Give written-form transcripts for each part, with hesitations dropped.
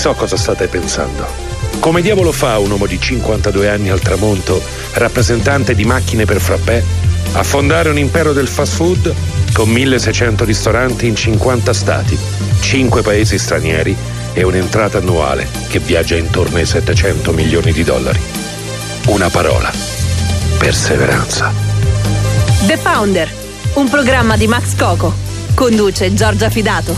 So cosa state pensando. Come diavolo fa un uomo di 52 anni al tramonto, rappresentante di macchine per frappè, a fondare un impero del fast food con 1600 ristoranti in 50 stati, 5 paesi stranieri e un'entrata annuale che viaggia intorno ai 700 milioni di dollari? Una parola: perseveranza. The Founder, un programma di Max Coco. Conduce Giorgia Fidato.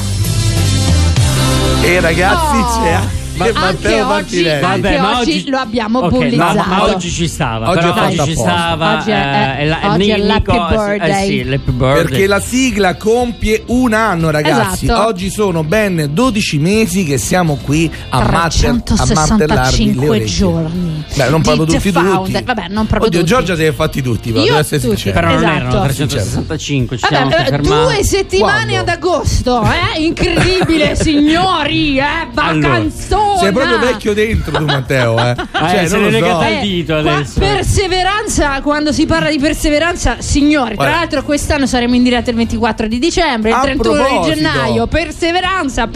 E ragazzi, c'è Matteo Martinelli. Vabbè, ma oggi lo abbiamo bullizzato. Ma oggi ci stava. Oggi ci stava. Oggi è l'happy birthday. Sì, l'happy birthday. Perché la sigla compie un anno, ragazzi. Esatto. Oggi sono ben 12 mesi che siamo qui a martellarvi le orecchie. Giorni. Beh, non proprio tutti. Vabbè, non proprio tutti. Giorgia si è fatti tutti, devo essere sincero. Però non erano 365, ci siamo fermati. 2 settimane ad agosto, incredibile, signori, vacanzone. Sei proprio vecchio dentro tu, Matteo, Cioè, non lo so. Il dito adesso. Perseveranza, quando si parla di perseveranza, signori, tra l'altro quest'anno saremo in diretta il 24 di dicembre, il 31 di gennaio. Perseveranza.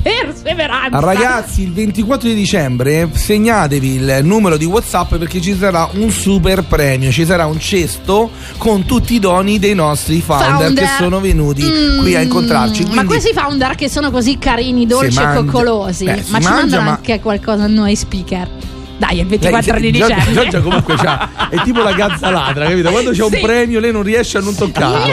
Ragazzi, il 24 di dicembre segnatevi il numero di WhatsApp, perché ci sarà un super premio, ci sarà un cesto con tutti i doni dei nostri founder. Che sono venuti qui a incontrarci. Ma questi founder che sono così carini, dolci e coccolosi, ma ci mandano anche qualcosa a noi speaker. Dai, è il 24 di dicembre. Giorgia comunque è tipo la gazza ladra, capito? Quando c'è un premio lei non riesce a non toccarlo.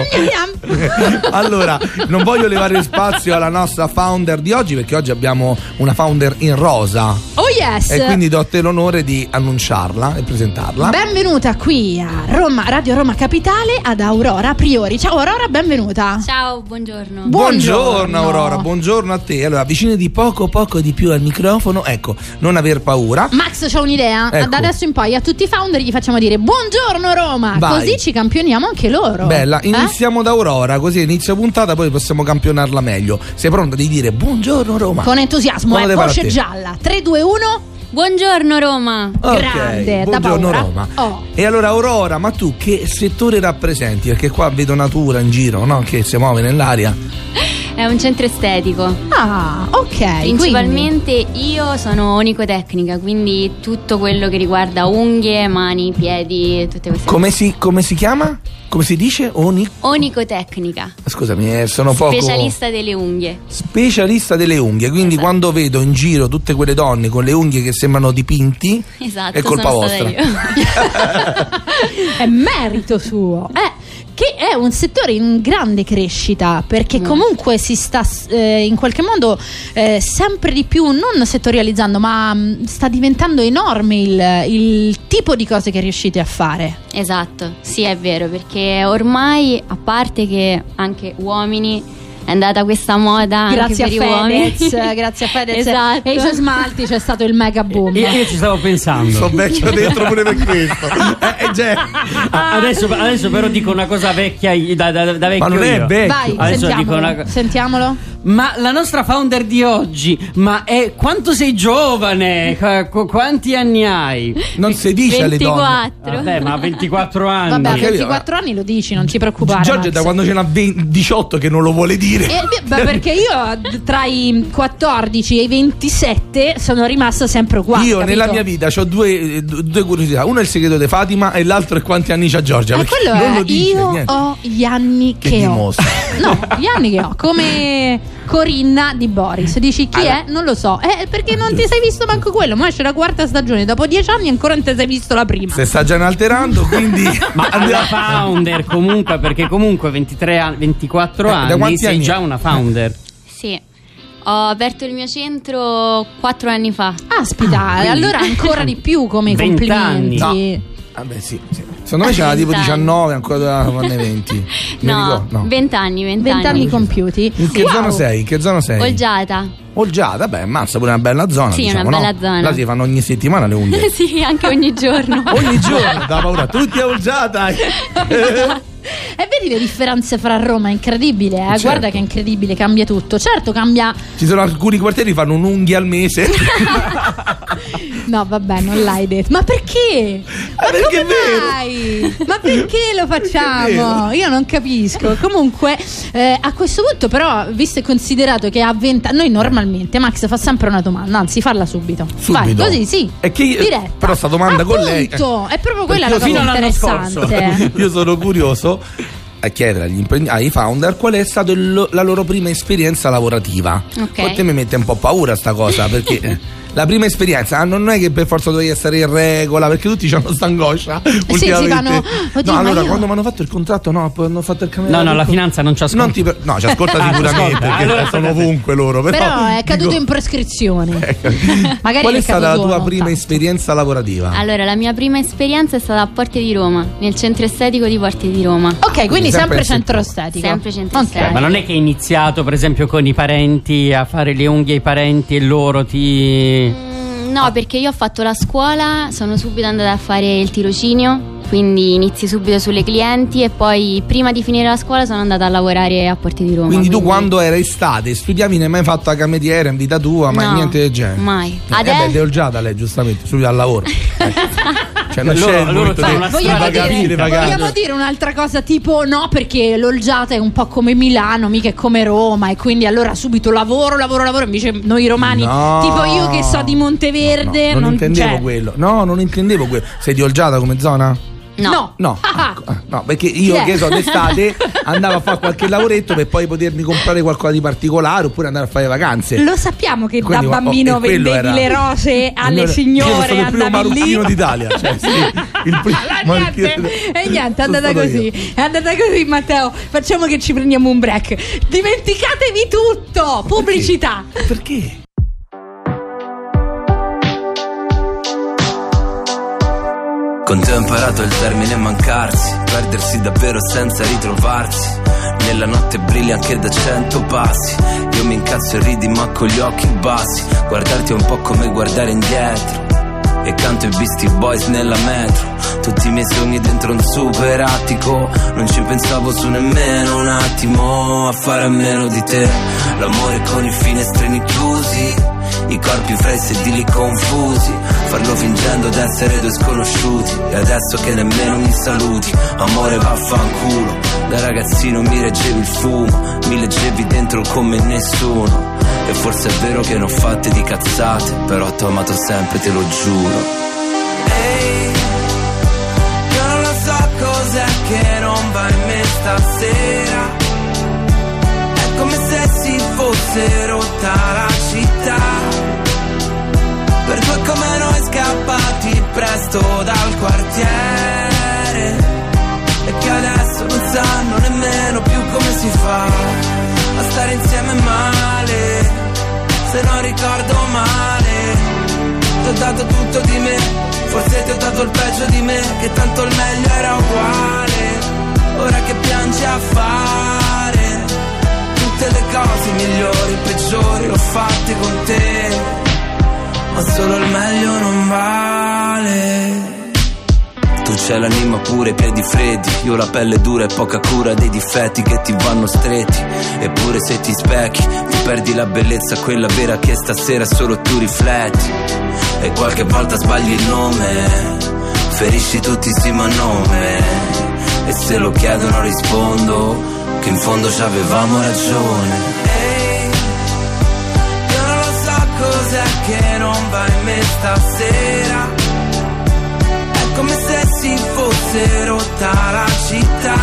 Allora, non voglio levare spazio alla nostra founder di oggi, perché oggi abbiamo una founder in rosa. Oh yes! E quindi do a te l'onore di annunciarla e presentarla. Benvenuta qui a Roma, Radio Roma Capitale, ad Aurora Priori. Ciao Aurora, benvenuta. Ciao, buongiorno. Buongiorno Aurora, buongiorno a te. Allora, avvicinati poco di più al microfono. Ecco, non aver paura. Max, c'ho un'idea. Ecco. Da adesso in poi a tutti i founder gli facciamo dire buongiorno Roma. Vai. Così ci campioniamo anche loro. Bella, iniziamo da Aurora, così inizio puntata, poi possiamo campionarla meglio. Sei pronta di dire buongiorno Roma? Con entusiasmo, voce gialla. 3, 2, 1. Buongiorno Roma. Grande, buongiorno da Roma. E allora Aurora, ma tu che settore rappresenti? Perché qua vedo natura in giro, no? Che si muove nell'aria. È un centro estetico. Ah, ok. Principalmente io sono onicotecnica, quindi tutto quello che riguarda unghie, mani, piedi, tutte queste cose. Come si chiama? Come si dice? Onicotecnica. Scusami, sono poco. Specialista delle unghie. Specialista delle unghie, quindi esatto. Quando vedo in giro tutte quelle donne con le unghie che sembrano dipinti, esatto, è colpa vostra. Io. È merito suo. Che è un settore in grande crescita, perché comunque si sta in qualche modo sempre di più non settorializzando, ma sta diventando enorme il tipo di cose che riuscite a fare. Esatto, sì, è vero, perché ormai, a parte che anche uomini, è andata questa moda grazie anche per Fedez, uomini. Grazie a Fedez esatto. E i suoi smalti c'è stato il mega boom. Io ci stavo pensando. Sono vecchio dentro pure per questo. Adesso però dico una cosa vecchia da vecchio. Ma non è vecchio. Vai, sentiamolo. Ma la nostra founder di oggi, quanto sei giovane? Quanti anni hai? Non si dice 24. alle donne. Vabbè, ma 24 anni. Vabbè, a 24 anni lo dici, non ti preoccupare. Giorgia è da quando ce n'ha 18 che non lo vuole dire. Perché io tra i 14 e i 27 sono rimasta sempre uguale. Io capito? nella mia vita ho due curiosità. Uno è il segreto di Fatima e l'altro è quanti anni c'ha Giorgia. Quello non lo dice, io niente. ho gli anni che ho. No, gli anni che ho. Come Corinna di Boris. Dici chi è? Non lo so. Perché non ti sei visto manco quello. Ma esce la quarta stagione. Dopo 10 anni ancora non ti sei visto la prima. Si sta già inalterando, quindi. Ma alla founder comunque, perché comunque 24 anni sei già una founder. Sì. Ho aperto il mio centro 4 anni fa. Aspita, allora ancora di più come 20 complimenti. Anni. No. Vabbè, sì. Secondo me c'era tipo 19, ancora doveva farne 20. No, 20 anni compiuti. In che zona sei? Olgiata, vabbè, mazza, pure una bella zona. Sì, diciamo, una bella zona. Là si fanno ogni settimana le unghie. Sì, anche ogni giorno. Ogni giorno, da paura. Tutti a Olgiata. E vedi le differenze fra Roma, è incredibile, Certo. Guarda che è incredibile, cambia tutto. Certo, cambia. Ci sono alcuni quartieri che fanno un'unghia al mese. No, vabbè, non l'hai detto. Ma perché? Ma perché come è vero. mai? Ma perché lo facciamo? vero. Io non capisco. Comunque, a questo punto, però, visto e considerato che ha 20 anni, noi normalmente Max fa sempre una domanda, anzi, farla subito. Vai, così, sì. È che io, diretta. però sta domanda con lei. Appunto, è proprio quella la Perché cosa fino all'anno interessante. Io sono curioso a chiedere ai founder qual è stata la loro prima esperienza lavorativa. Ok. A te mi mette un po' paura sta cosa, perché la prima esperienza non è che per forza dovevi essere in regola, perché tutti hanno sta angoscia ultimamente. si fanno, oddio, no, allora ma io- quando mi hanno fatto il contratto, no, poi hanno fatto il cameriere. No, la finanza non ci ascolta. No, ci ascolta Ah, sicuramente, ci ascolta. perché Allora, sono ovunque loro. Però è caduto dico- in prescrizione. Magari Qual è è stata la caduto tua non prima tanto. esperienza lavorativa? Allora, la mia prima esperienza è stata a Porte di Roma, nel centro estetico di Porte di Roma. Ok, quindi sempre sempre centro estetico. Sempre centro Ok. estetico. Ma non è che hai iniziato, per esempio, con i parenti a fare le unghie ai parenti e loro ti. No, perché io ho fatto la scuola, sono subito andata a fare il tirocinio, quindi inizi subito sulle clienti e poi prima di finire la scuola sono andata a lavorare a Porte di Roma. Quindi tu quando era estate studiavi, ne hai mai fatto la cameriera in vita tua, ma No, niente del genere? mai. Beh, deolgiata lei, giustamente, subito al lavoro. Cioè non Loro- c'è loro molto fanno di- una Vogliamo strada capire, dire, vacanze. vogliamo dire un'altra cosa tipo no, perché l'Olgiata è un po' come Milano, mica è come Roma, e quindi allora subito lavoro, invece noi romani, No. tipo io che so di Monteverde, No, non intendevo cioè, quello. No, non intendevo quello. Sei di Olgiata come zona? No. No, Ah. no, perché io Chi è? che so d'estate andavo a fare qualche lavoretto per poi potermi comprare qualcosa di particolare oppure andare a fare vacanze. Lo sappiamo che Quindi, da bambino e quello vendevi era- le rose alle Io signore, sono il primo andavi lì. marocchino d'Italia, cioè sì, il primo Allora, niente, e niente, è sono andata stato così. io. È andata così, Matteo. Facciamo che ci prendiamo un break. Dimenticatevi tutto! Pubblicità! Perché? Con te ho imparato il termine mancarsi, perdersi davvero senza ritrovarsi. Nella notte brilli anche da 100 passi. Io mi incazzo e ridi ma con gli occhi bassi. Guardarti è un po' come guardare indietro. E canto i Beastie Boys nella metro. Tutti i miei sogni dentro un super attico. Non ci pensavo su nemmeno un attimo a fare a meno di te. L'amore con i finestrini chiusi, i corpi fra i sedili confusi. Farlo fingendo d'essere due sconosciuti. E adesso che nemmeno mi saluti, amore vaffanculo. Da ragazzino mi reggevi il fumo, mi leggevi dentro come nessuno. E forse è vero che ne ho fatte di cazzate, però t'ho amato sempre, te lo giuro. Ehi, io non lo so cos'è che non va in me stasera. È come se si fosse rotta la città. Per due come noi scappati presto dal quartiere. E che adesso non sanno nemmeno più come si fa a stare insieme male. Se non ricordo male, ti ho dato tutto di me, forse ti ho dato il peggio di me, che tanto il meglio era uguale. Ora che piangi a fare tutte le cose migliori, peggiori, l'ho fatte con te, ma solo il meglio non vale. Tu c'hai l'anima pure, i piedi freddi, io la pelle dura e poca cura dei difetti che ti vanno stretti. Eppure se ti specchi, ti perdi la bellezza, quella vera che stasera solo tu rifletti. E qualche volta sbagli il nome, ferisci tutti sì ma nome. E se lo chiedono rispondo che in fondo ci avevamo ragione. Ehi, io non lo so cos'è che non va in me stasera. Come se si fosse rotta la città.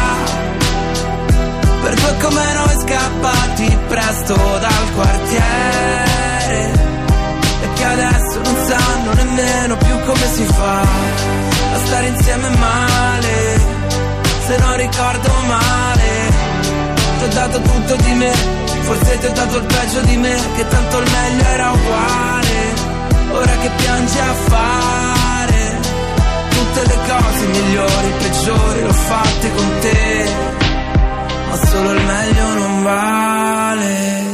Per due come noi scappati presto dal quartiere. E che adesso non sanno nemmeno più come si fa a stare insieme male. Se non ricordo male, ti ho dato tutto di me, forse ti ho dato il peggio di me, che tanto il meglio era uguale. Ora che piangi a fare tutte le cose migliori, peggiori, l'ho fatte con te, ma solo il meglio non vale.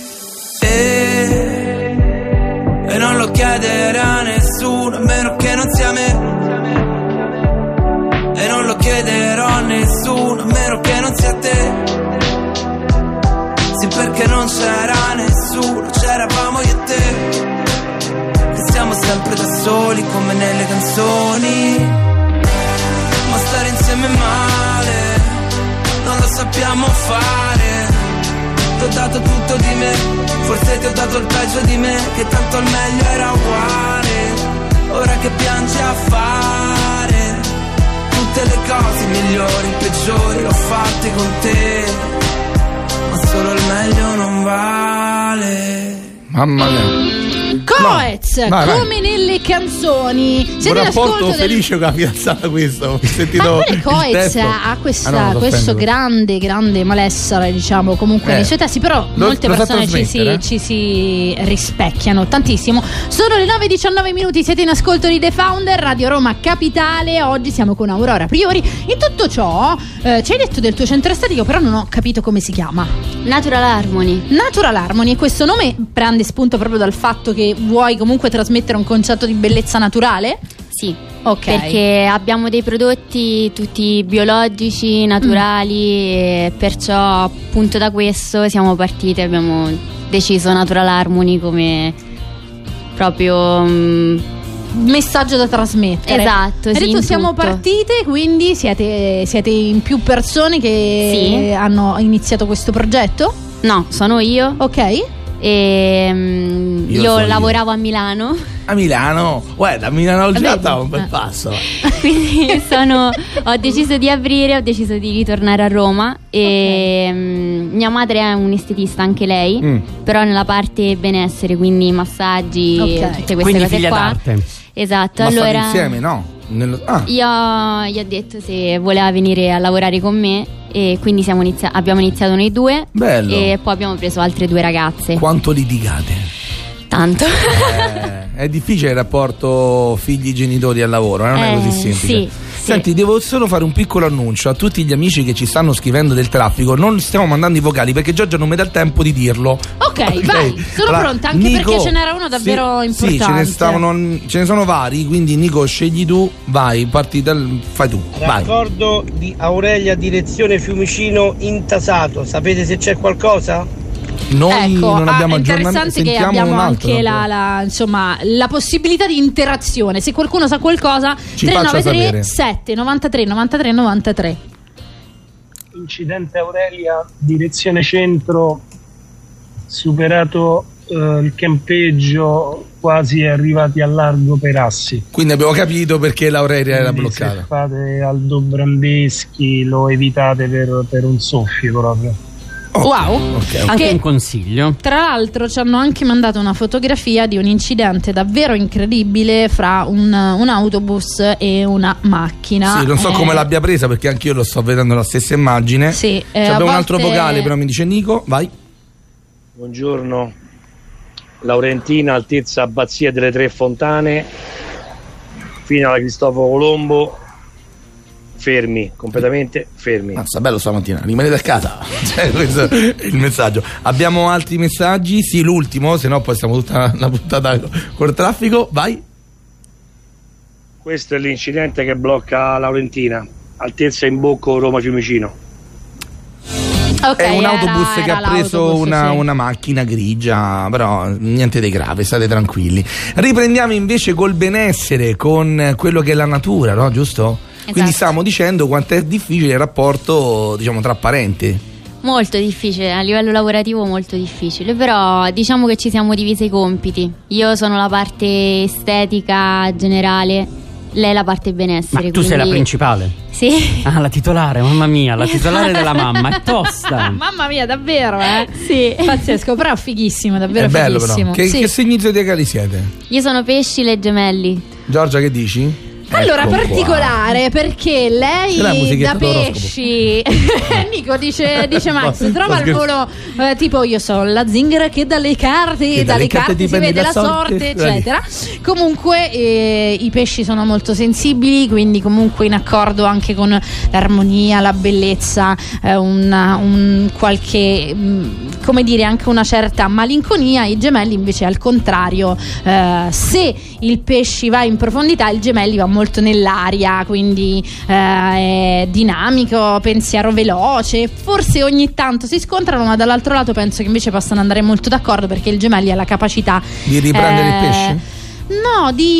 E non lo chiederà nessuno, a meno che non sia me. E non lo chiederò a nessuno, a meno non c'era nessuno, c'eravamo io e te, che siamo sempre da soli come nelle canzoni. Ma stare insieme è male, non lo sappiamo fare. Ti ho dato tutto di me, forse ti ho dato il peggio di me, che tanto il meglio era uguale. Ora che piangi a fare tutte le cose migliori, peggiori, l'ho fatte con te, ma solo il meglio non vale. Mamma mia. Coez, no, come nelle canzoni. Un rapporto felice con la fidanzata, questo. Ho sentito. Ma pure Coez ha questo grande malessere, diciamo, comunque nei suoi testi, però molte persone ci si rispecchiano tantissimo. Sono le 9:19, siete in ascolto di The Founder, Radio Roma Capitale. Oggi siamo con Aurora Priori. In tutto ciò ci hai detto del tuo centro estetico, però non ho capito come si chiama. Natural Harmony. Natural Harmony, e questo nome prende spunto proprio dal fatto che vuoi comunque trasmettere un concetto di bellezza naturale? Sì, ok. Perché abbiamo dei prodotti tutti biologici, naturali, e perciò appunto da questo siamo partiti, abbiamo deciso Natural Harmony come proprio messaggio da trasmettere. Esatto, sì. Adesso siamo partite, quindi siete in più persone che hanno iniziato questo progetto? No, sono io. Ok. E io lavoravo a Milano. A Milano? Guarda, a Milano ho già dato un bel passo. Quindi ho deciso di aprire, ho deciso di ritornare a Roma. E mia madre è un estetista anche lei, però nella parte benessere, quindi massaggi, tutte queste quindi cose figlia qua. d'arte. Esatto. Ma allora state insieme, no? Io gli ho detto se voleva venire a lavorare con me, e quindi abbiamo iniziato noi due. Bello. E poi abbiamo preso altre 2 ragazze. Quanto litigate? Tanto. È difficile il rapporto figli-genitori al lavoro, non è così semplice. Sì. Senti, devo solo fare un piccolo annuncio a tutti gli amici che ci stanno scrivendo del traffico. Non stiamo mandando i vocali perché Giorgia non mi dà il tempo di dirlo. Ok, vai, sono pronta, anche Nico, perché ce n'era uno davvero importante. Sì, ce ne sono vari, quindi Nico scegli tu, vai, fai tu. Raccordo di Aurelia direzione Fiumicino intasato, sapete se c'è qualcosa? Noi non abbiamo è interessante che abbiamo anche la possibilità di interazione. Se qualcuno sa qualcosa, 393 7 93 93 93. Incidente Aurelia, direzione centro, superato il campeggio, quasi arrivati a largo Perassi. Quindi abbiamo capito perché l'Aurelia era bloccata. Se fate Aldo Brandeschi lo evitate per un soffio proprio. Wow, anche un consiglio. Tra l'altro ci hanno anche mandato una fotografia di un incidente davvero incredibile fra un autobus e una macchina. Sì, non so come l'abbia presa perché anch'io lo sto vedendo la stessa immagine. Sì, abbiamo un altro vocale, però mi dice Nico, vai. Buongiorno, Laurentina, altezza Abbazia delle Tre Fontane, fino alla Cristoforo Colombo. Fermi, completamente fermi. Mazza, bello stamattina, rimanete a casa. Questo è il messaggio. Abbiamo altri messaggi? Sì, l'ultimo, se no poi stiamo tutta la puntata col traffico. Vai. Questo è l'incidente che blocca Laurentina, altezza Imbocco Roma Fiumicino. È un autobus che ha preso una macchina grigia, però niente di grave, state tranquilli. Riprendiamo invece col benessere, con quello che è la natura, no? Giusto? Esatto. Quindi stiamo dicendo quanto è difficile il rapporto, diciamo, tra parenti. Molto difficile, a livello lavorativo molto difficile, però diciamo che ci siamo divisi i compiti. Io sono la parte estetica generale, lei la parte benessere. Ma tu sei la principale? Sì. Ah, la titolare, mamma mia, la titolare della mamma, è tosta. Mamma mia, davvero, Sì. Pazzesco, però fighissimo, davvero è bello, fighissimo. Però. Che segni zodiacali siete? Io sono pesci, lei gemelli. Giorgia, che dici? Allora, particolare qua. Perché lei da pesci Nico dice Max trova il volo tipo io so la zingara che dalle carte si vede la sorte eccetera. Comunque i pesci sono molto sensibili, quindi comunque in accordo anche con l'armonia, la bellezza, un qualche come dire anche una certa malinconia. I gemelli invece al contrario, se il pesci va in profondità il gemelli va molto nell'aria, quindi è dinamico, pensiero veloce. Forse ogni tanto si scontrano, ma dall'altro lato penso che invece possano andare molto d'accordo, perché il Gemelli ha la capacità di riprendere il pesce? No, di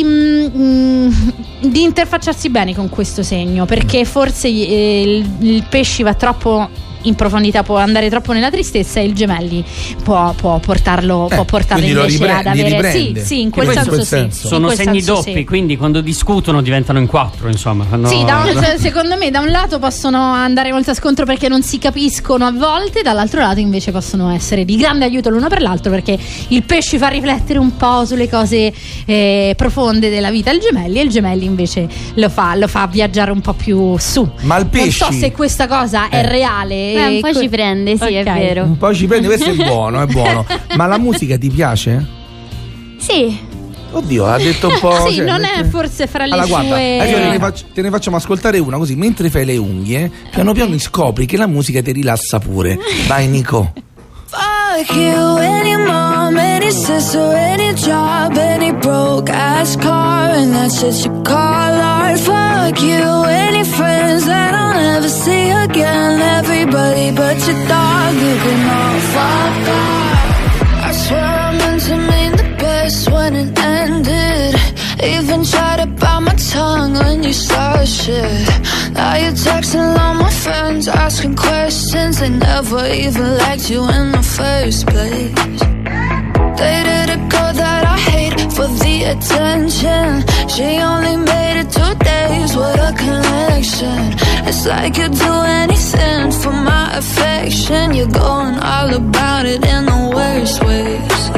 interfacciarsi bene con questo segno, perché forse il pesci va troppo in profondità, può andare troppo nella tristezza, e il Gemelli può portarlo invece ad avere sì, in quel senso sì. Sono segni doppi, sì. Quindi quando discutono diventano in 4, insomma. Sì, secondo me da un lato possono andare molto a scontro perché non si capiscono a volte, dall'altro lato invece possono essere di grande aiuto l'uno per l'altro, perché il pesce fa riflettere un po' sulle cose profonde della vita il Gemelli, e il Gemelli invece lo fa viaggiare un po' più su. Ma il pesce, non so se questa cosa è reale. Un po' ci prende, sì, okay. È vero. Un po' ci prende, questo è buono, è buono. Ma la musica ti piace? Sì. Oddio, ha detto un po'. Sì, non è forse fra le guarda, sue. Adesso te ne facciamo ascoltare una, così mentre fai le unghie, piano piano scopri che la musica ti rilassa pure. Vai, Nico. Fuck you, any mom, any sister, any job, any broke ass car, and that's what you call art. Fuck you, any friends that I'll never see again, everybody but your dog, you can all fuck off. I swear I meant to mean the best when it ended. Even tried to bite my tongue when you started shit. Now you're texting all my friends, asking questions. They never even liked you in the first place. Dated a girl that I hate for the attention. She only made it 2 days with a connection. It's like you'd do anything for my affection. You're going all about it in the worst ways.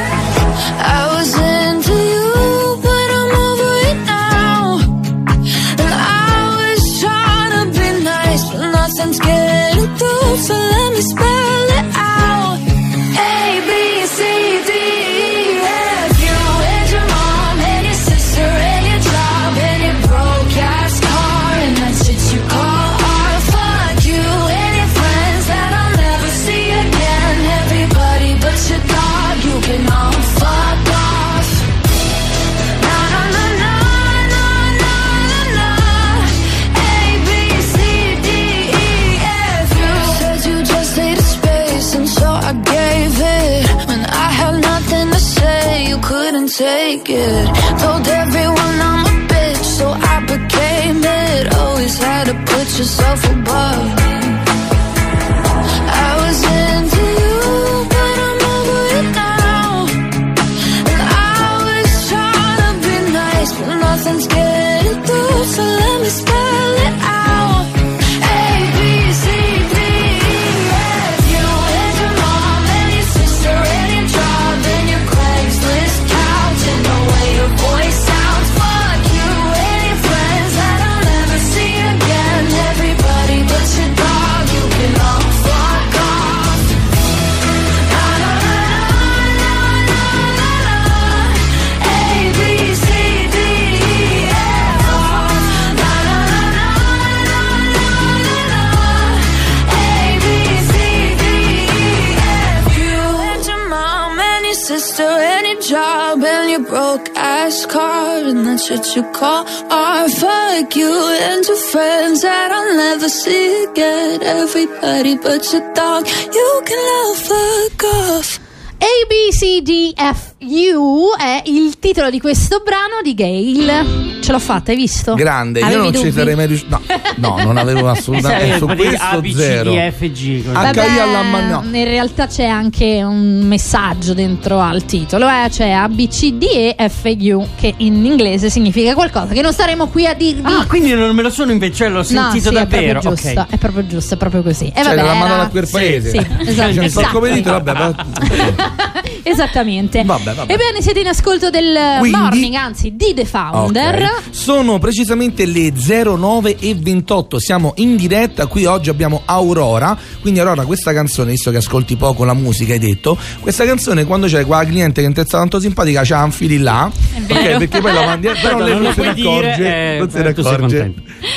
I was into you, but I'm over it now. And I was trying to be nice, but nothing's getting through, so let me spell it out. A, B, C, D, E, F, you and your mom and your sister and your job and your broke ass car, and that's what you call art. Fuck you and your friends that I'll never see again, everybody but your dog, you can all fuck off. Na na na na na na na na. A, B, C, D, E, F. You said you just needed space, and so I gave it. When I had nothing to say, you couldn't take it. Told everyone I'm a bitch, so I became it. Always had to put yourself above me. I was into you, but I'm over it now. And I was trying to be nice, but nothing's getting through, so let me spell it out. A, B, C, D, E, F. You and your mom and your sister and your job and your Craigslist couch and the way your voice sounds. Fuck you and your friends that I'll never see again, everybody but your dog, you can all fuck off. Na na na na na na na. A, B, C, D, E, F. Na na na na na na na. A, B, C, D, E, F. You and your mom and your sister and your job and your broke ass car, and that's what you call art. Fuck you and your friends that I'll never see again, everybody but your dog, you can all fuck off. A, B, C, D, F, U è il titolo di questo brano di Gayle. Ce l'ho fatta, hai visto? Grande, Avevi io non dubbi? ci sarei mai riuscito. No, non avevo assolutamente su questo A, B, C, zero. D, F, G. HI alla no. In realtà c'è anche un messaggio dentro al titolo, cioè A, B, C, D, E, F, U, che in inglese significa qualcosa che non staremo qui a dirvi. Ah, quindi non me lo sono inventato, l'ho sentito davvero. È proprio giusto, okay. è proprio giusto, è proprio così. E Cioè, vabbè, l'ha mandato a quel paese. Sì, esatto. Come dito, vabbè. Esattamente. Vabbè. Ebbene, siete in ascolto del Quindi, Morning, anzi di The Founder. Okay. Sono precisamente le 09:28. Siamo in diretta. Qui oggi abbiamo Aurora. Quindi, Aurora, questa canzone, visto che ascolti poco la musica, hai detto, questa canzone quando c'è quella cliente che non ti sta tanto simpatica, c'ha un fili là. È vero. Ok, perché poi la mandi, però lei non se ne accorge. Non se ne accorge.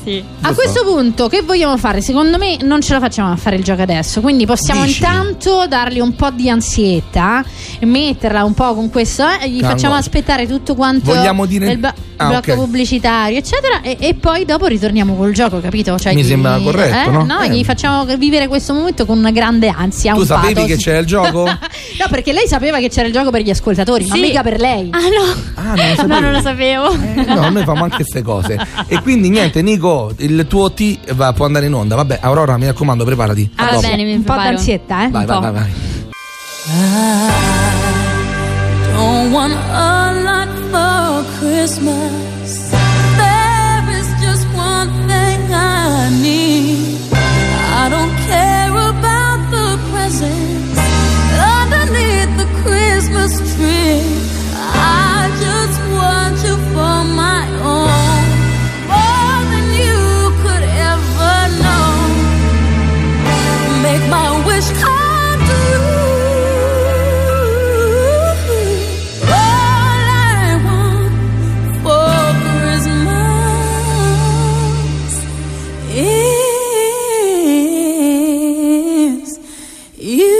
Sì. A questo punto che vogliamo fare? Secondo me non ce la facciamo a fare il gioco adesso, quindi possiamo intanto dargli un po' di ansietta e metterla un po' con questo, gli facciamo aspettare tutto quanto il blocco pubblicitario eccetera e poi dopo ritorniamo col gioco, capito? Cioè, mi sembra corretto, no? Gli facciamo vivere questo momento con una grande ansia. Tu sapevi che c'era il gioco? No, perché lei sapeva che c'era il gioco per gli ascoltatori, ma mica per lei. Non lo sapevo. No, noi famo anche queste cose. E quindi niente, Nico, il tuo può andare in onda. Vabbè, Aurora, mi raccomando, preparati. Va bene, mi un po' preparo. d'ansietta, Vai. I don't want a lot for Christmas. There is just one thing I need. I don't care about the presents underneath the Christmas tree. I just want you for my own, more than you could ever know. Make my wish come true. All I want for Christmas is you.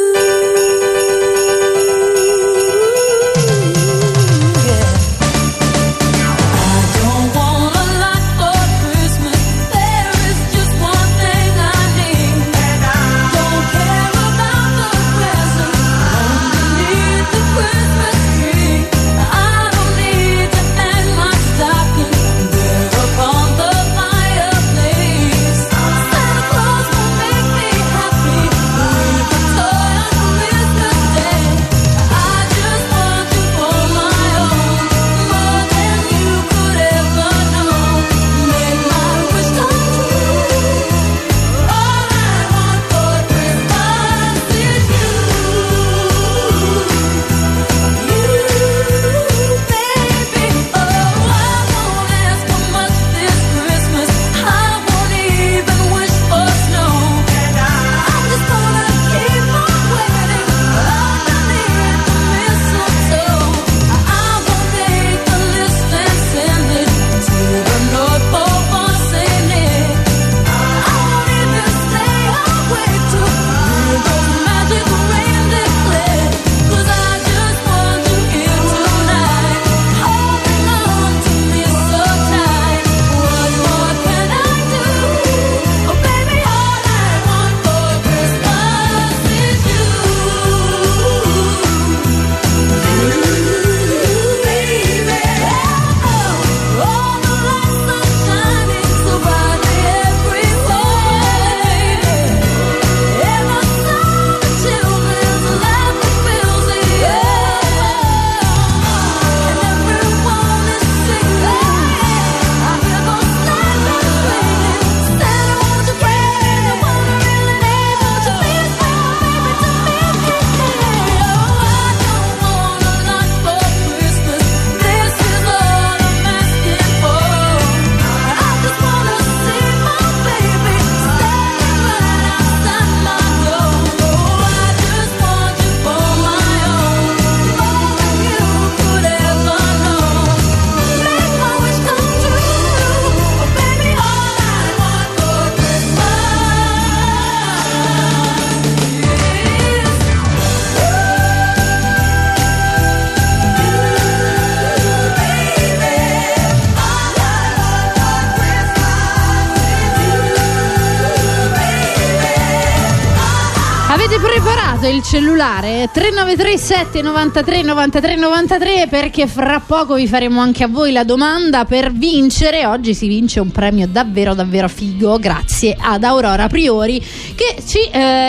Avete preparato il cellulare? 3937 93 93 93, perché fra poco vi faremo anche a voi la domanda per vincere. Oggi si vince un premio davvero davvero figo, grazie ad Aurora Priori, che ci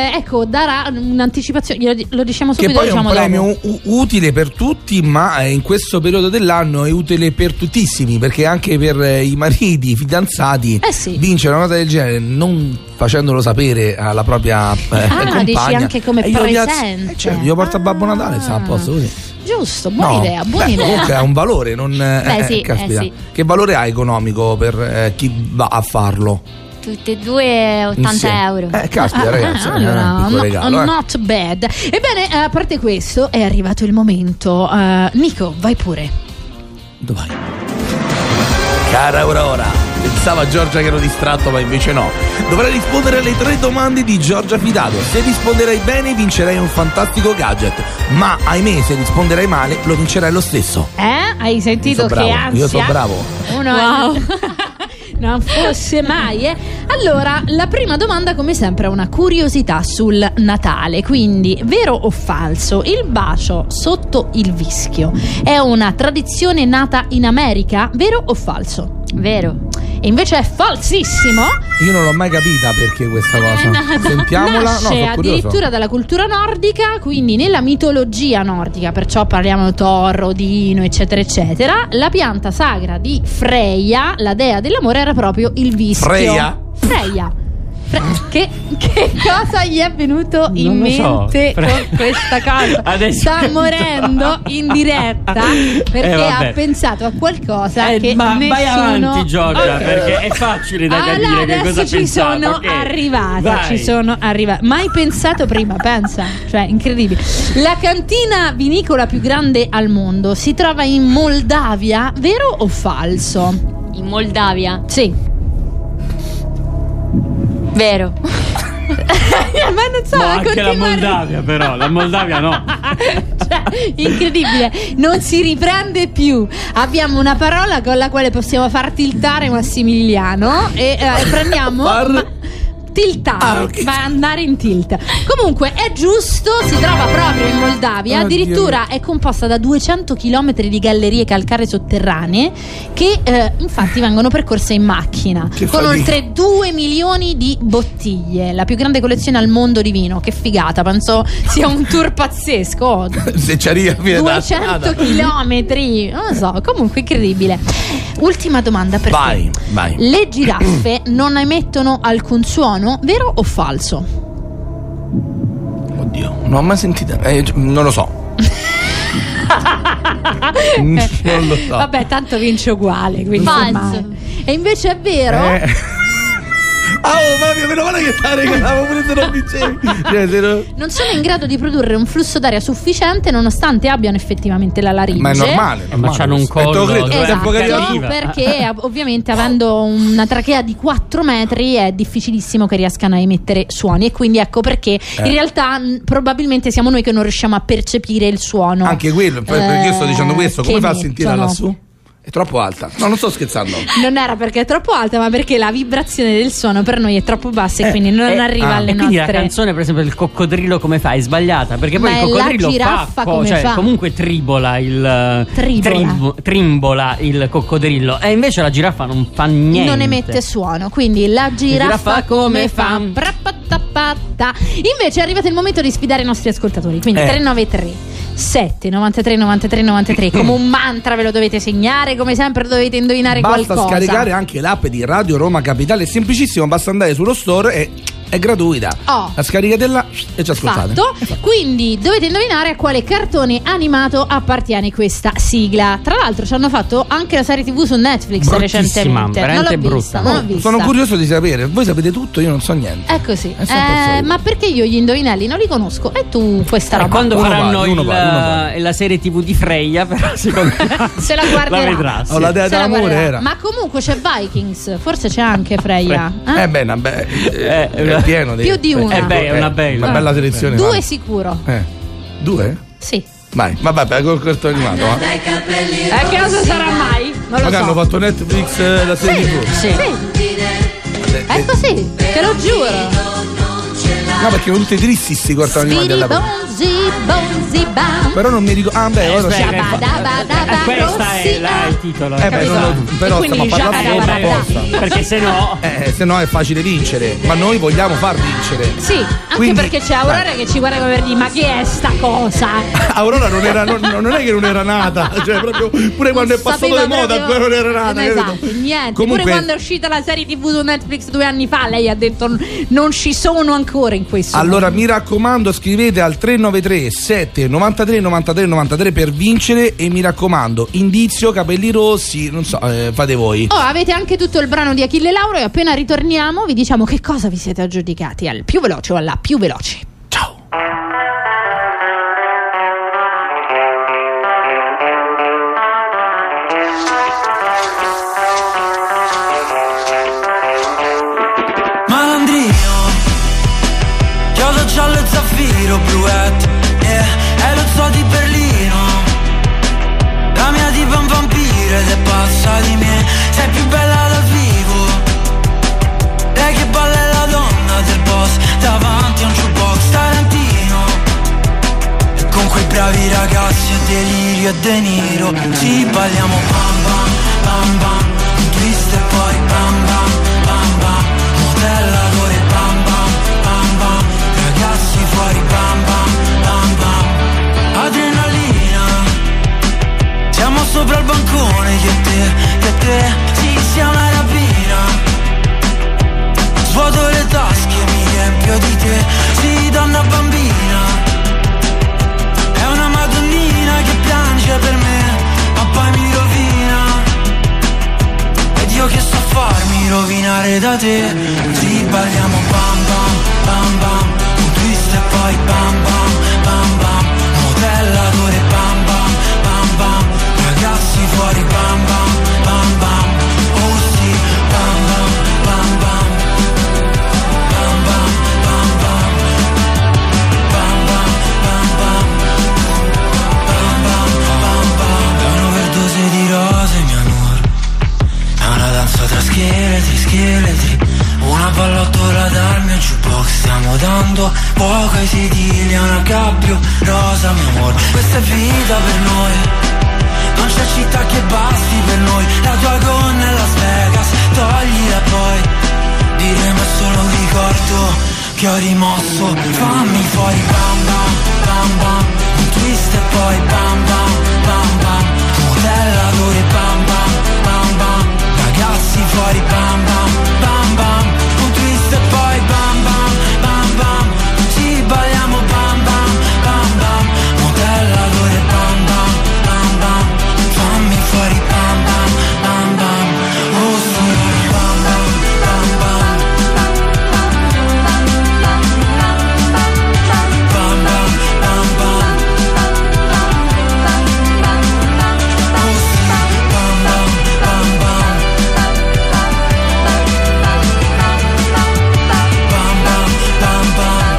darà un'anticipazione. Lo diciamo subito, che poi diciamo è un premio dopo. utile per tutti, ma in questo periodo dell'anno è utile per tuttissimi, perché anche per i mariti, i fidanzati, vincere una cosa del genere non facendolo sapere alla propria compagna, dici anche come presente. Io porto a Babbo Natale, sta a posto così. Giusto, buona idea. Comunque ha un valore, non caspita. sì. Che valore ha economico per chi va a farlo? Tutte e due 80 euro. Caspita, ragazzi, allora, piccolo regalo, not bad. Ebbene, a parte questo, è arrivato il momento. Nico, vai pure. Dove vai? Cara Aurora, Pensava Giorgia che ero distratto, ma invece no. Dovrai rispondere alle 3 domande di Giorgia Fidato. Se risponderai bene vincerai un fantastico gadget, ma ahimè se risponderai male lo vincerai lo stesso. Hai sentito che ansia? Io sono bravo. Wow. Non fosse mai, Allora, la prima domanda come sempre è una curiosità sul Natale. Quindi, vero o falso? Il bacio sotto il vischio è una tradizione nata in America? Vero o falso? Vero. E invece è falsissimo. Io non l'ho mai capita perché questa cosa. Sentiamola. Nasce addirittura dalla cultura nordica, quindi nella mitologia nordica, perciò parliamo di Thor, Odino, eccetera eccetera. La pianta sacra di Freya, la dea dell'amore, era proprio il vischio. Freya. Che cosa gli è venuto in mente con questa cosa? Adesso sta morendo in diretta perché ha pensato a qualcosa che ma nessuno... vai avanti Giorgia, Okay. perché è facile da capire che cosa ha ci pensato. sono Okay. arrivata. Vai. Ci sono arrivata. Mai pensato prima, pensa. Cioè, incredibile. La cantina vinicola più grande al mondo si trova in Moldavia, vero o falso? In Moldavia? Sì. Vero. Ma non so, Ma anche la continuare- Moldavia, però la Moldavia no. Cioè, incredibile, non si riprende più. Abbiamo una parola con la quale possiamo far tiltare Massimiliano e prendiamo tiltare, ok. va a andare in tilt. Comunque è giusto, si trova proprio in Moldavia. Oddio. Addirittura è composta da 200 km di gallerie calcaree sotterranee che infatti vengono percorse in macchina, Che con fatica. oltre 2 milioni di bottiglie, la più grande collezione al mondo di vino. Che figata, penso sia un tour pazzesco. Se ci arrivi a fine 200 chilometri, non lo so, comunque incredibile. Ultima domanda per te. Vai. Le giraffe non emettono alcun suono, vero o falso? Oddio, non ho mai sentito. Non lo so. Non lo so. Vabbè, tanto vince uguale, quindi Falso. ormai. E invece è vero? Mamma mia, meno male che te la regalavo pure se non vincevi. Cioè, se no- Non sono in grado di produrre un flusso d'aria sufficiente nonostante abbiano effettivamente la laringe. Ma è normale. Ma c'hanno un collo. Te lo credo, dove- il tempo che Esatto, arriva. perché ovviamente avendo una trachea di 4 metri è difficilissimo che riescano a emettere suoni, e quindi ecco perché in realtà probabilmente siamo noi che non riusciamo a percepire il suono. Anche quello, perché io sto dicendo questo, come che fa a sentire emettono. lassù? È troppo alta. No, non sto scherzando. Non era perché è troppo alta, ma perché la vibrazione del suono per noi è troppo bassa e quindi non arriva alle e quindi nostre. la canzone, per esempio, il coccodrillo come fa? È sbagliata, perché poi Ma il è la coccodrillo giraffa come cioè fa? comunque tribola il Tribola. trimbola il coccodrillo, e invece la giraffa non fa niente. Non emette suono, quindi la giraffa come fa? Prapattapatta. Invece è arrivato il momento di sfidare i nostri ascoltatori, quindi 393 7 93 93 93, come un mantra ve lo dovete segnare, come sempre dovete indovinare Basta qualcosa. scaricare anche l'app di Radio Roma Capitale, è semplicissimo, basta andare sullo store e è gratuita. La scaricate là e ci ascoltate. Fatto. Quindi dovete indovinare a quale cartone animato appartiene questa sigla. Tra l'altro ci hanno fatto anche la serie TV su Netflix Bruttissima, recentemente. veramente Non l'ho brutta. vista, non l'ho vista. Sono curioso di sapere, voi sapete tutto, io non so niente. È così. È sempre il solito. Ma perché io gli indovinelli non li conosco e tu questa roba? Quando Uno faranno vale, uno vale. la serie TV di Freya, però secondo me Se la guarderà. la vedrà. sì. Oh, la dea Se la d'amore guarderà. era. Ma comunque c'è Vikings, forse c'è anche Freya. Beh, è pieno di. Più di una. È una bella selezione. 2 vai. sicuro. 2? Sì. Vai, vabbè, col cartone animato. Che cosa sarà mai? Non lo Magari hanno so. fatto Netflix la serie TV. Sì. È così, te lo giuro. No, perché sono tutti tristi sti cartoni animati Spiri all'epoca. bonzi bam. Però non mi ricordo. Ah, beh, ora sì. Questa è il titolo. Beh, però quindi stiamo a parlare già- apposta. Perché se no Se no è facile vincere. Ma noi vogliamo far vincere. Sì, anche Quindi- perché c'è Aurora che ci guarda come per dire ma che è sta cosa? Aurora non è che non era nata, cioè proprio pure quando è passato Sapeva di moda proprio- ancora non era nata. Esatto, capito? niente. Comunque- Pure quando è uscita la serie TV su Netflix 2 anni fa, lei ha detto non ci sono ancora in questo. Allora mi raccomando, scrivete al 393 7 93 93 93 per vincere, e mi raccomando, indizio, capelli rossi, non so, fate voi. Oh, avete anche tutto il brano di Achille Lauro e appena ritorniamo vi diciamo che cosa vi siete aggiudicati al più veloce o alla più veloce. respiro bluette, è lo zoo di Berlino. La mia tipa è un vampiro ed è pazza di me. Sei più bella dal vivo. Lei che balla è la donna del boss davanti a un jukebox Tarantino. E con quei bravi ragazzi è delirio e De Niro. Ci balliamo bam bam bam bam, un twist e poi bam bam bam bam, modellatore bam bam bam bam, ragazzi fuori bam bam bam bam, adrenalina. Siamo sopra il bancone che te, sì, sia una rapina. Svuoto le tasche, mi riempio di te, sì, donna bambina. È una madonnina che piange per me, ma poi mi rovina. Ed io che so farmi rovinare da te. Sì, balliamo bam bam bam bam, un twist e poi bam bam bam bam, modellatore bam bam bam bam, ragazzi fuori bam bam bam bam, oh sì, bam bam bam bam, bam bam bam bam, bam bam bam bam, bam bam bam bam. È un'overdose di rose, mio amor, è una danza tra scheletri, una pallottola dal mio jukebox. Stiamo dando poco ai sedili a una gabbio rosa, mio amor. Questa è vita per noi, non c'è città che basti per noi. La tua gonna è Las Vegas, toglila poi, diremo è solo un ricordo che ho rimosso. Fammi fuori bam bam bam bam, un twist e poi bam bam bam bam, modellatore bam bam bam bam, ragazzi fuori bam bam bam bam, un twist e poi bam bam bam bam, ci balliamo bam bam bam bam, modellatore bam bam bam bam, fammi fuori bam bam bam bam, oh sì, bam bam bam bam, bam bam bam bam, oh sì, bam bam bam bam, bam bam bam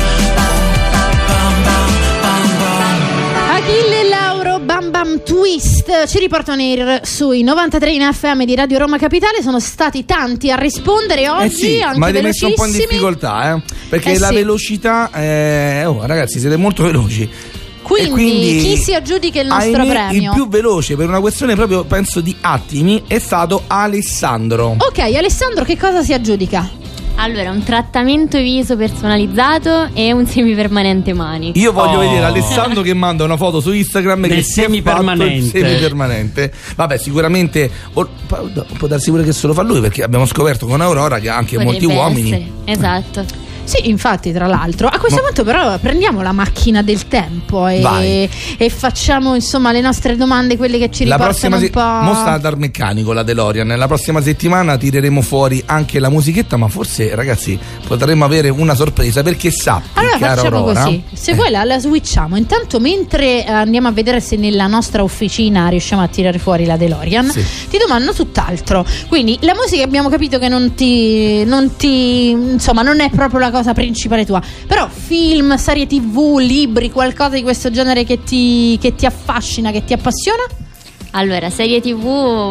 bam. Achille e Lauro, Bam Bam Twist, ci riportano sui 93 in FM di Radio Roma Capitale. Sono stati tanti a rispondere oggi, sì, anche ma avete messo un po' in velocissimi. difficoltà, perché la sì. velocità ragazzi, siete molto veloci. Quindi chi si aggiudica il nostro premio? Il più veloce, per una questione proprio penso di attimi, è stato Alessandro. Ok, Alessandro, che cosa si aggiudica? Allora, un trattamento viso personalizzato e un semipermanente mani. Io voglio vedere Alessandro che manda una foto su Instagram del che si è fatto il semipermanente. semipermanente. Vabbè, sicuramente può darsi pure che se lo fa lui, perché abbiamo scoperto con Aurora che ha anche molti Potrebbe uomini. essere, esatto. Sì, infatti, tra l'altro. A questo punto però prendiamo la macchina del tempo e facciamo insomma le nostre domande, quelle che ci riportano un po'. Mo sta dal meccanico la DeLorean. La prossima settimana tireremo fuori anche la musichetta, ma forse ragazzi potremmo avere una sorpresa, perché sappi, allora facciamo Aurora, così, se vuoi la switchiamo. Intanto mentre andiamo a vedere se nella nostra officina riusciamo a tirare fuori la DeLorean, sì, ti domando tutt'altro. Quindi la musica abbiamo capito che non ti insomma non è proprio la cosa principale tua, però film, serie TV, libri, qualcosa di questo genere che ti affascina, che ti appassiona? Allora, serie TV,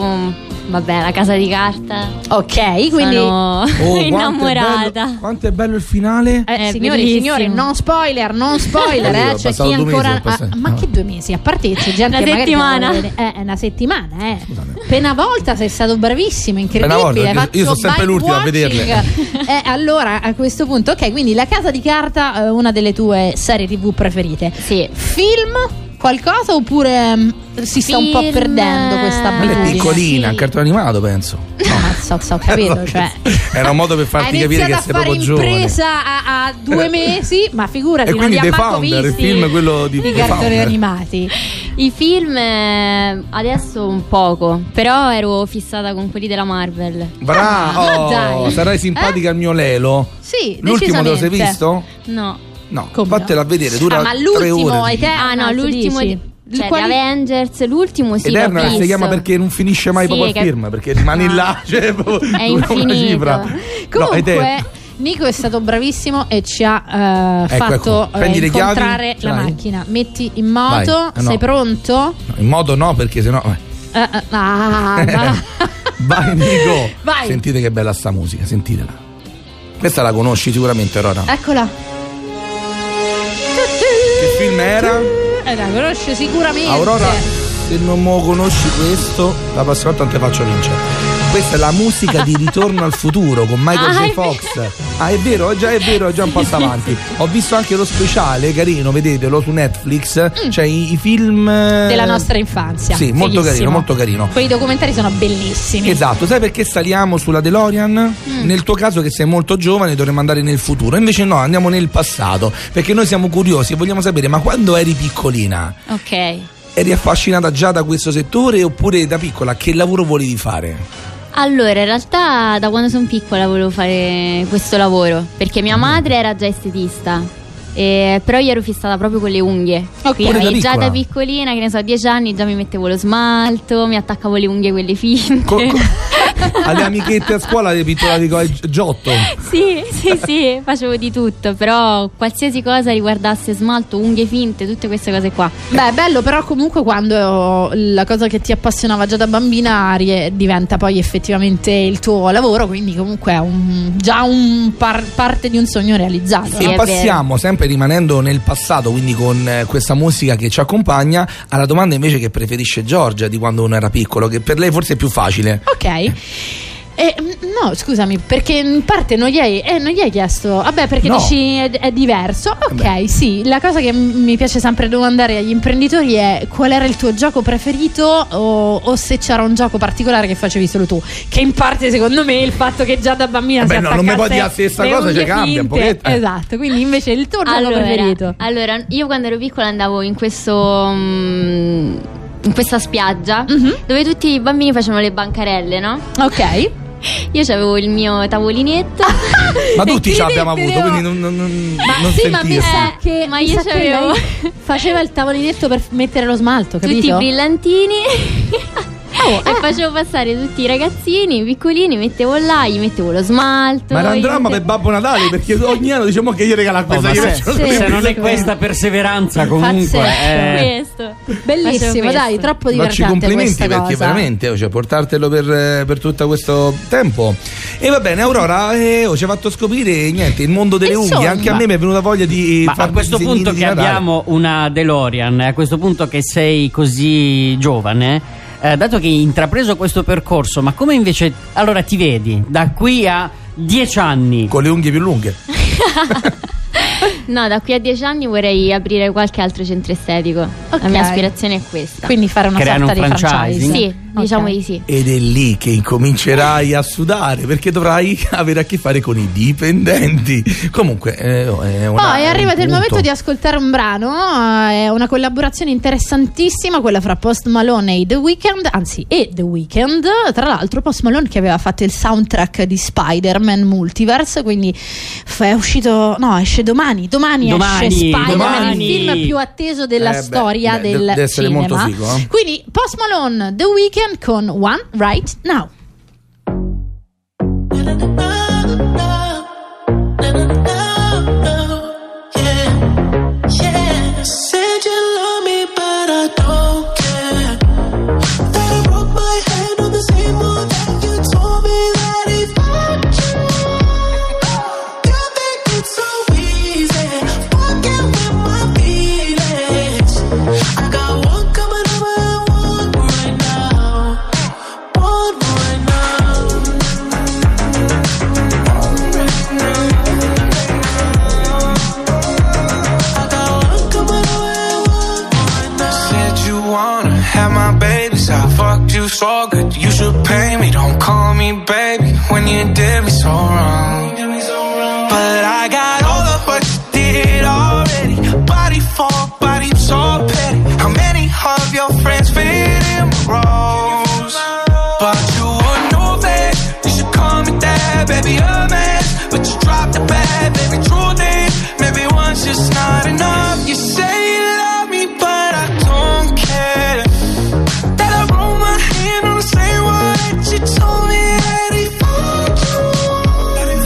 vabbè, La Casa di Carta. Ok, quindi sono innamorata. Quanto è bello il finale? Signori, non spoiler, c'è chi ancora ma che 2 mesi? A parte che c'è gente una che settimana. una settimana, Appena volta sei stato bravissimo, incredibile. Io sono sempre l'ultimo a vederle. Allora, a questo punto, ok, quindi La Casa di Carta, una delle tue serie TV preferite. Sì. Film? Qualcosa oppure si sta un po' perdendo questa Ma abitudine? è piccolina, sì. un cartone animato penso. No, so capito, cioè era un modo per farti capire che sei proprio giovane. Hai iniziato a fare impresa a 2 mesi, ma figurati, e non quindi li ha The manco Founder, visti il film quello di i The cartoni Founder. animati. I film adesso un poco, però ero fissata con quelli della Marvel. Bravo, dai. sarai simpatica al mio Lelo. Sì, L'ultimo te lo sei decisamente. visto? No. No, Come vattela a vedere, dura ma 3 l'ultimo ore. L'ultimo dici? cioè Quali- The Avengers, l'ultimo sì, l'ho Eterna visto. si chiama perché non finisce mai Sì, proprio il film, perché rimani là, cioè, è dura una infinito. cifra. Comunque, Nico è stato bravissimo e ci ha fatto incontrare la macchina. Metti in moto, vai. Sei pronto? No, in moto no, perché sennò vai Nico. Vai. Sentite che bella sta musica, sentitela. Questa la conosci sicuramente, Aurora. Eccola. Che film era? La conosci sicuramente. Aurora, se non mo conosci questo, la prossima volta non te faccio vincere. Questa è la musica di Ritorno al futuro con Michael J. Fox. È vero, è già un passo avanti. Ho visto anche lo speciale, carino, vedetelo su Netflix. Cioè i film della nostra infanzia. Sì, molto carino, molto carino. Quei documentari sono bellissimi. Esatto, sai perché saliamo sulla DeLorean? Nel tuo caso, che sei molto giovane, dovremmo andare nel futuro. Invece no, andiamo nel passato, perché noi siamo curiosi e vogliamo sapere, ma quando eri piccolina? Ok. Eri affascinata già da questo settore oppure da piccola che lavoro volevi fare? Allora, in realtà da quando sono piccola volevo fare questo lavoro, perché mia madre era già estetista, però io ero fissata proprio con le unghie. Quindi già da piccolina, che ne so, 10 anni già mi mettevo lo smalto, mi attaccavo le unghie quelle finte. Alle amichette a scuola le pittolavi con giotto? Sì, facevo di tutto, però qualsiasi cosa riguardasse smalto, unghie finte, tutte queste cose qua. Beh, bello, però comunque quando la cosa che ti appassionava già da bambina diventa poi effettivamente il tuo lavoro, quindi comunque è già parte di un sogno realizzato. E passiamo, sempre rimanendo nel passato, quindi con questa musica che ci accompagna, alla domanda invece che preferisce Giorgia di quando uno era piccolo, che per lei forse è più facile. Ok. No, scusami, perché in parte non gli hai chiesto. Vabbè, perché dici è diverso. Ok, sì. La cosa che mi piace sempre domandare agli imprenditori è qual era il tuo gioco preferito o se c'era un gioco particolare che facevi solo tu. Che in parte secondo me il fatto che già da bambina si attaccasse non mi puoi dire la stessa cosa, cioè cambia un pochetto. Esatto, quindi invece il tuo gioco preferito. Allora, io quando ero piccola andavo in questa spiaggia dove tutti i bambini facevano le bancarelle, no? Ok. Io c'avevo il mio tavolinetto. Ma tutti ce l'abbiamo avuto, quindi non ma mi sa che io c'avevo. Faceva il tavolinetto per mettere lo smalto, capito? Tutti i brillantini. E facevo passare tutti i ragazzini piccolini, mettevo là, gli mettevo lo smalto. Ma era un dramma per Babbo Natale, perché ogni anno diciamo che gli regala questa. Se non è questa perseveranza, comunque questo. Bellissimo, dai, troppo divertente. Facci complimenti questa perché cosa. veramente cioè, portartelo per tutto questo tempo. E va bene, Aurora, ci ha fatto scoprire niente il mondo delle unghie. Anche a me mi è venuta voglia di ma a questo punto che abbiamo una DeLorean, a questo punto che sei così giovane, dato che hai intrapreso questo percorso, ma come invece allora ti vedi da qui a 10 anni? Con le unghie più lunghe? No, da qui a 10 anni vorrei aprire qualche altro centro estetico. La mia aspirazione è questa. Quindi fare una sorta di franchise. Sì, diciamo di sì. Ed è lì che incomincerai a sudare, perché dovrai avere a che fare con i dipendenti. Comunque è arrivato il momento di ascoltare un brano. È una collaborazione interessantissima, quella fra Post Malone e The Weeknd. Anzi, e The Weeknd. Tra l'altro Post Malone che aveva fatto il soundtrack di Spider-Man Multiverse. Quindi è uscito, esce domani esce Spider-Man, il film più atteso della storia del deve essere cinema. molto figo, Quindi Post Malone, The Weeknd con One Right Now. Said you love me, but I don't care. That I broke my hand on the same one that you told me that he fucked you. You think it's so easy, fucking with my feelings. I got one coming over and one right now. One right now. One right now. Have my babies, I fucked you so good, you should pay me. Don't call me baby when you did me so wrong. But I got all of what you did already. Body for body, so petty. How many of your friends fit in my roles? But you were no face, you should call me dad, baby, a man. But you dropped the bag, baby, truth is, maybe one's just not enough. You say you love me, but I don't care. That I broke my hand on the same one that you told me that he fucked you.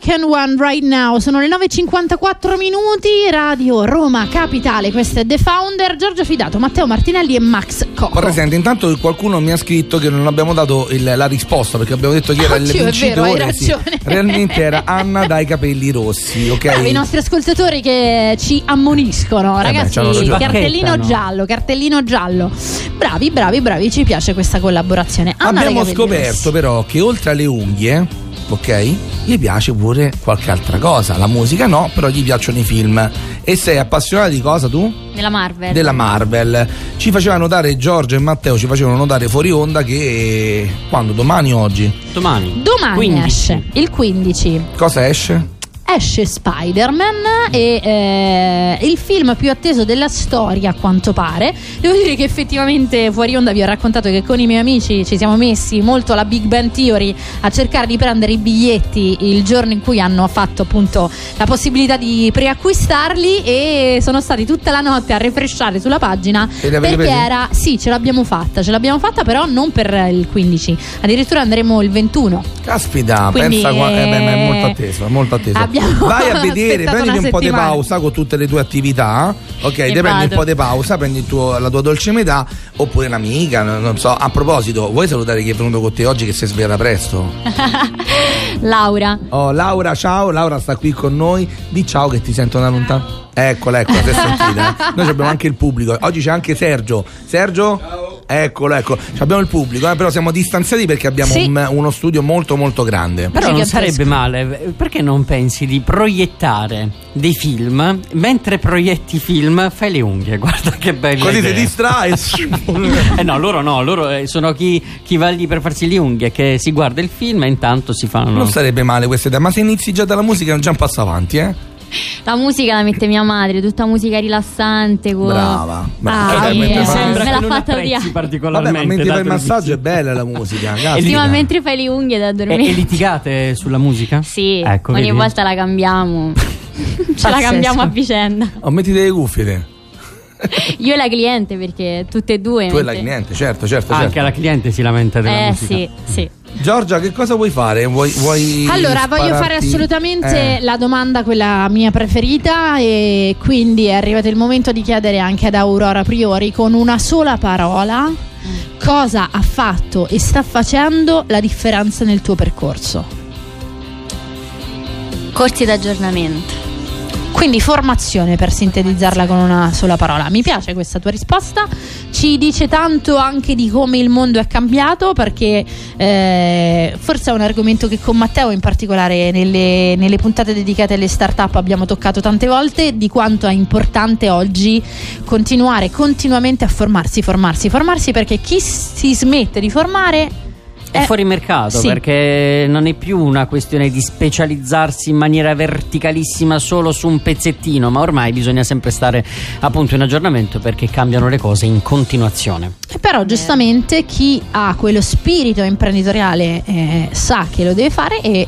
Weekend One Right Now. Sono le 9:54 minuti. Radio Roma Capitale. Questo è The Founder. Giorgio Fidato, Matteo Martinelli e Max Coco. Presente. Intanto qualcuno mi ha scritto che non abbiamo dato la risposta, perché abbiamo detto che era il vincitore. È vero, hai ragione. Sì. Realmente era Anna dai capelli rossi, ok? Bravi i nostri ascoltatori che ci ammoniscono, ragazzi. Cartellino giallo. Bravi, ci piace questa collaborazione. Anna, abbiamo scoperto però che oltre alle unghie, ok, gli piace pure qualche altra cosa. La musica no, però gli piacciono i film. E sei appassionata di cosa tu? Della Marvel. Ci faceva notare Giorgio e Matteo, ci facevano notare fuori onda che quando? Domani o oggi? Domani 15. Esce il 15. Cosa esce? Esce Spider-Man e il film più atteso della storia, a quanto pare. Devo dire che effettivamente fuori onda vi ho raccontato che con i miei amici ci siamo messi molto alla Big Bang Theory a cercare di prendere i biglietti il giorno in cui hanno fatto appunto la possibilità di preacquistarli, e sono stati tutta la notte a refreshare sulla pagina perché era ce l'abbiamo fatta, però non per il 15, addirittura andremo il 21. Caspita, quindi, pensa è molto atteso. Vai a vedere, prenditi un po' di pausa con tutte le tue attività, ok? Ti prendi un po' di pausa, prendi la tua dolce metà, oppure un'amica, non so. A proposito, vuoi salutare chi è venuto con te oggi, che si è svegliata presto? Laura. Oh, Laura, ciao. Laura sta qui con noi. Di ciao, che ti sento da lontano. Eccola, si è sentita. Noi abbiamo anche il pubblico. Oggi c'è anche Sergio. Ciao. Eccolo. Abbiamo il pubblico, però siamo distanziati perché abbiamo uno studio molto molto grande. Però non sarebbe male, perché non pensi di proiettare dei film? Mentre proietti film fai le unghie, guarda che bello. Così ti distrai. loro sono chi va lì per farsi le unghie, che si guarda il film e intanto si fanno. Non sarebbe male questa idea, ma se inizi già dalla musica non già un passo avanti, La musica la mette mia madre, tutta musica rilassante. Brava. Me sembra l'ha che fatta non via. particolarmente. Vabbè, ma mentre fai il massaggio è bella la musica. Sì, ma mentre fai le unghie da dormire. E litigate sulla musica? Sì, ecco, ogni volta la cambiamo. Ce la cambiamo a vicenda. Metti delle cuffie. Io e la cliente, perché tutte e due. Tu e la cliente, certo. Anche la cliente si lamenta della musica. Sì. Giorgia, che cosa vuoi fare? Vuoi allora, voglio fare assolutamente la domanda, quella mia preferita, e quindi è arrivato il momento di chiedere anche ad Aurora Priori, con una sola parola, cosa ha fatto e sta facendo la differenza nel tuo percorso? Corsi d'aggiornamento. Quindi formazione, per sintetizzarla con una sola parola. Mi piace questa tua risposta, ci dice tanto anche di come il mondo è cambiato, perché forse è un argomento che con Matteo in particolare nelle puntate dedicate alle start-up abbiamo toccato tante volte, di quanto è importante oggi continuare continuamente a formarsi, perché chi si smette di formare è fuori mercato, perché non è più una questione di specializzarsi in maniera verticalissima solo su un pezzettino, ma ormai bisogna sempre stare appunto in aggiornamento, perché cambiano le cose in continuazione. Però giustamente chi ha quello spirito imprenditoriale sa che lo deve fare, e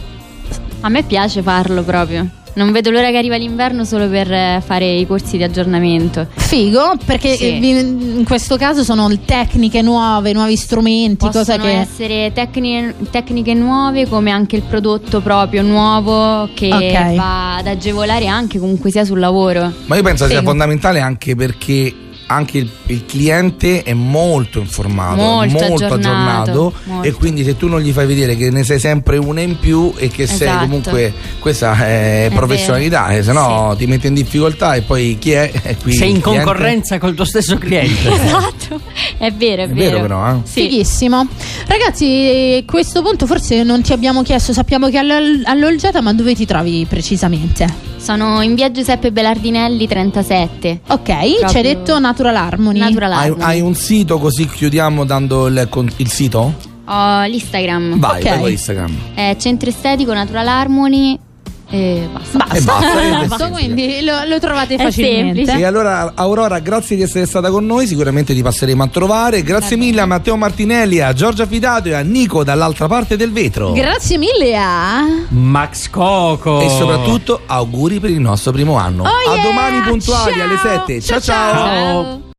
a me piace farlo proprio. Non vedo l'ora che arriva l'inverno solo per fare i corsi di aggiornamento. Figo, perché in questo caso sono tecniche nuove, nuovi strumenti. Possono essere tecniche nuove, come anche il prodotto proprio nuovo che va ad agevolare anche comunque sia sul lavoro. Ma io penso sia fondamentale, anche perché anche il cliente è molto informato, molto aggiornato. E quindi se tu non gli fai vedere che ne sei sempre una in più e che sei comunque, questa è professionalità, se no ti metti in difficoltà, e poi chi è? Qui sei in concorrenza col tuo stesso cliente. Esatto, è vero però, sì. Fighissimo. Ragazzi, a questo punto forse non ti abbiamo chiesto, sappiamo che all'Olgiata, ma dove ti trovi precisamente? Sono in via Giuseppe Belardinelli 37. Ok, ci hai detto Natural Harmony. Hai un sito, così chiudiamo dando il sito? Ho l'Instagram. Vai con l'Instagram. Centro Estetico Natural Harmony. E basta. Quindi lo trovate facilmente. E allora, Aurora, grazie di essere stata con noi, sicuramente ti passeremo a trovare. Grazie mille a Matteo Martinelli, a Giorgia Fidato e a Nico dall'altra parte del vetro. Grazie mille a Max Coco. E soprattutto auguri per il nostro primo anno. A domani puntuali alle 7. Ciao.